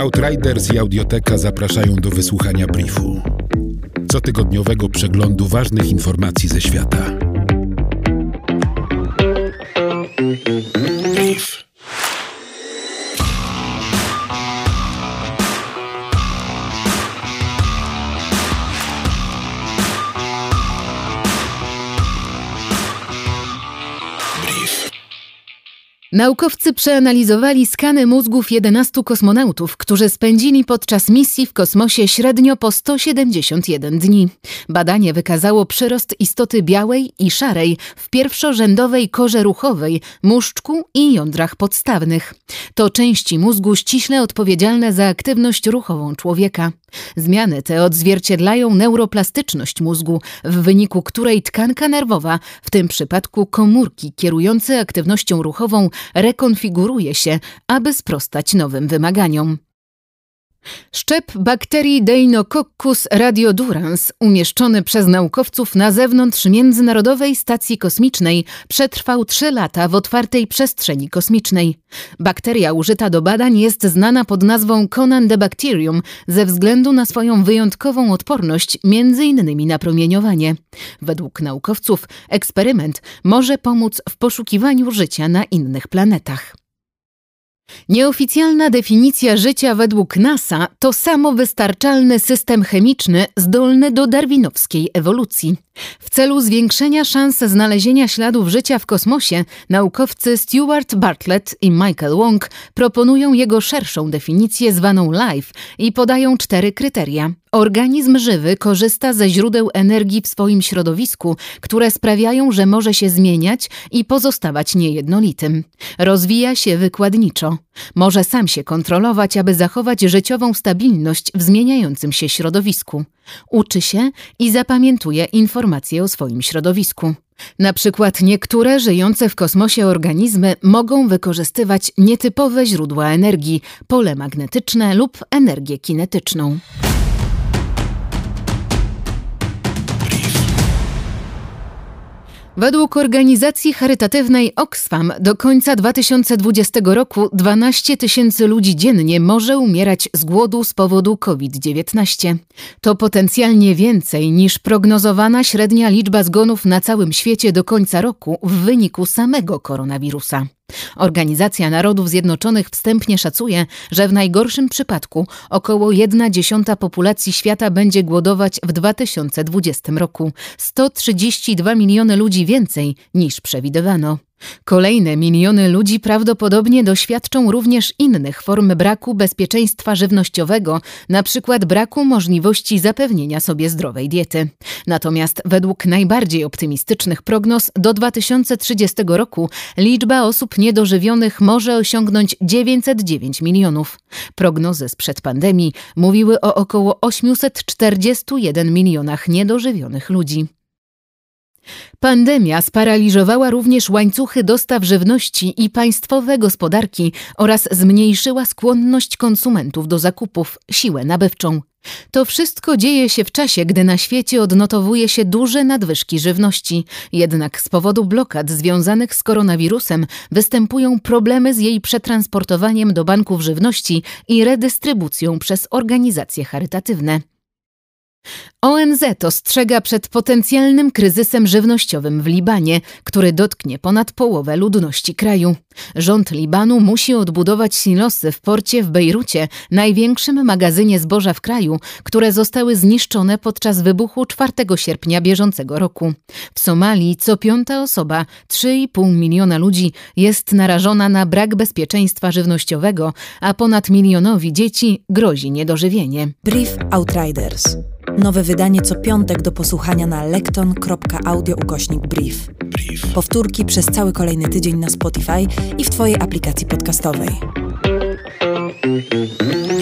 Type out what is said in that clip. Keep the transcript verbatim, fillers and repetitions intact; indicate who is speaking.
Speaker 1: Outriders i Audioteka zapraszają do wysłuchania briefu. Cotygodniowego przeglądu ważnych informacji ze świata. Brief.
Speaker 2: Naukowcy przeanalizowali skany mózgów jedenastu kosmonautów, którzy spędzili podczas misji w kosmosie średnio po sto siedemdziesiąt jeden dni. Badanie wykazało przyrost istoty białej i szarej w pierwszorzędowej korze ruchowej, muszczku i jądrach podstawnych. To części mózgu ściśle odpowiedzialne za aktywność ruchową człowieka. Zmiany te odzwierciedlają neuroplastyczność mózgu, w wyniku której tkanka nerwowa, w tym przypadku komórki kierujące aktywnością ruchową, rekonfiguruje się, aby sprostać nowym wymaganiom. Szczep bakterii Deinococcus radiodurans, umieszczony przez naukowców na zewnątrz Międzynarodowej Stacji Kosmicznej, przetrwał trzy lata w otwartej przestrzeni kosmicznej. Bakteria użyta do badań jest znana pod nazwą Conandebacterium ze względu na swoją wyjątkową odporność, między innymi na promieniowanie. Według naukowców eksperyment może pomóc w poszukiwaniu życia na innych planetach. Nieoficjalna definicja życia według NASA to samowystarczalny system chemiczny zdolny do darwinowskiej ewolucji. W celu zwiększenia szans znalezienia śladów życia w kosmosie, naukowcy Stuart Bartlett i Michael Wong proponują jego szerszą definicję zwaną LIFE i podają cztery kryteria. Organizm żywy korzysta ze źródeł energii w swoim środowisku, które sprawiają, że może się zmieniać i pozostawać niejednolitym. Rozwija się wykładniczo. Może sam się kontrolować, aby zachować życiową stabilność w zmieniającym się środowisku. Uczy się i zapamiętuje informacje o swoim środowisku. Na przykład niektóre żyjące w kosmosie organizmy mogą wykorzystywać nietypowe źródła energii, pole magnetyczne lub energię kinetyczną. Według organizacji charytatywnej Oxfam do końca dwa tysiące dwudziestego roku dwanaście tysięcy ludzi dziennie może umierać z głodu z powodu COVID dziewiętnaście. To potencjalnie więcej niż prognozowana średnia liczba zgonów na całym świecie do końca roku w wyniku samego koronawirusa. Organizacja Narodów Zjednoczonych wstępnie szacuje, że w najgorszym przypadku około jedna dziesiąta populacji świata będzie głodować w dwa tysiące dwudziestym roku. sto trzydzieści dwa miliony ludzi więcej niż przewidywano. Kolejne miliony ludzi prawdopodobnie doświadczą również innych form braku bezpieczeństwa żywnościowego, na przykład braku możliwości zapewnienia sobie zdrowej diety. Natomiast według najbardziej optymistycznych prognoz do dwa tysiące trzydziestego roku liczba osób niedożywionych może osiągnąć dziewięćset dziewięć milionów. Prognozy sprzed pandemii mówiły o około osiemset czterdziestu jeden milionach niedożywionych ludzi. Pandemia sparaliżowała również łańcuchy dostaw żywności i państwowe gospodarki oraz zmniejszyła skłonność konsumentów do zakupów, siłę nabywczą. To wszystko dzieje się w czasie, gdy na świecie odnotowuje się duże nadwyżki żywności. Jednak z powodu blokad związanych z koronawirusem występują problemy z jej przetransportowaniem do banków żywności i redystrybucją przez organizacje charytatywne. O N Z ostrzega przed potencjalnym kryzysem żywnościowym w Libanie, który dotknie ponad połowę ludności kraju. Rząd Libanu musi odbudować silosy w porcie w Bejrucie, największym magazynie zboża w kraju, które zostały zniszczone podczas wybuchu czwartego sierpnia bieżącego roku. W Somalii co piąta osoba, trzy i pół miliona ludzi, jest narażona na brak bezpieczeństwa żywnościowego, a ponad milionowi dzieci grozi niedożywienie.
Speaker 3: Brief Outriders. Nowe wydanie co piątek do posłuchania na lekton kropka audio ukośnik brief.
Speaker 1: Brief.
Speaker 3: Powtórki przez cały kolejny tydzień na Spotify i w Twojej aplikacji podcastowej.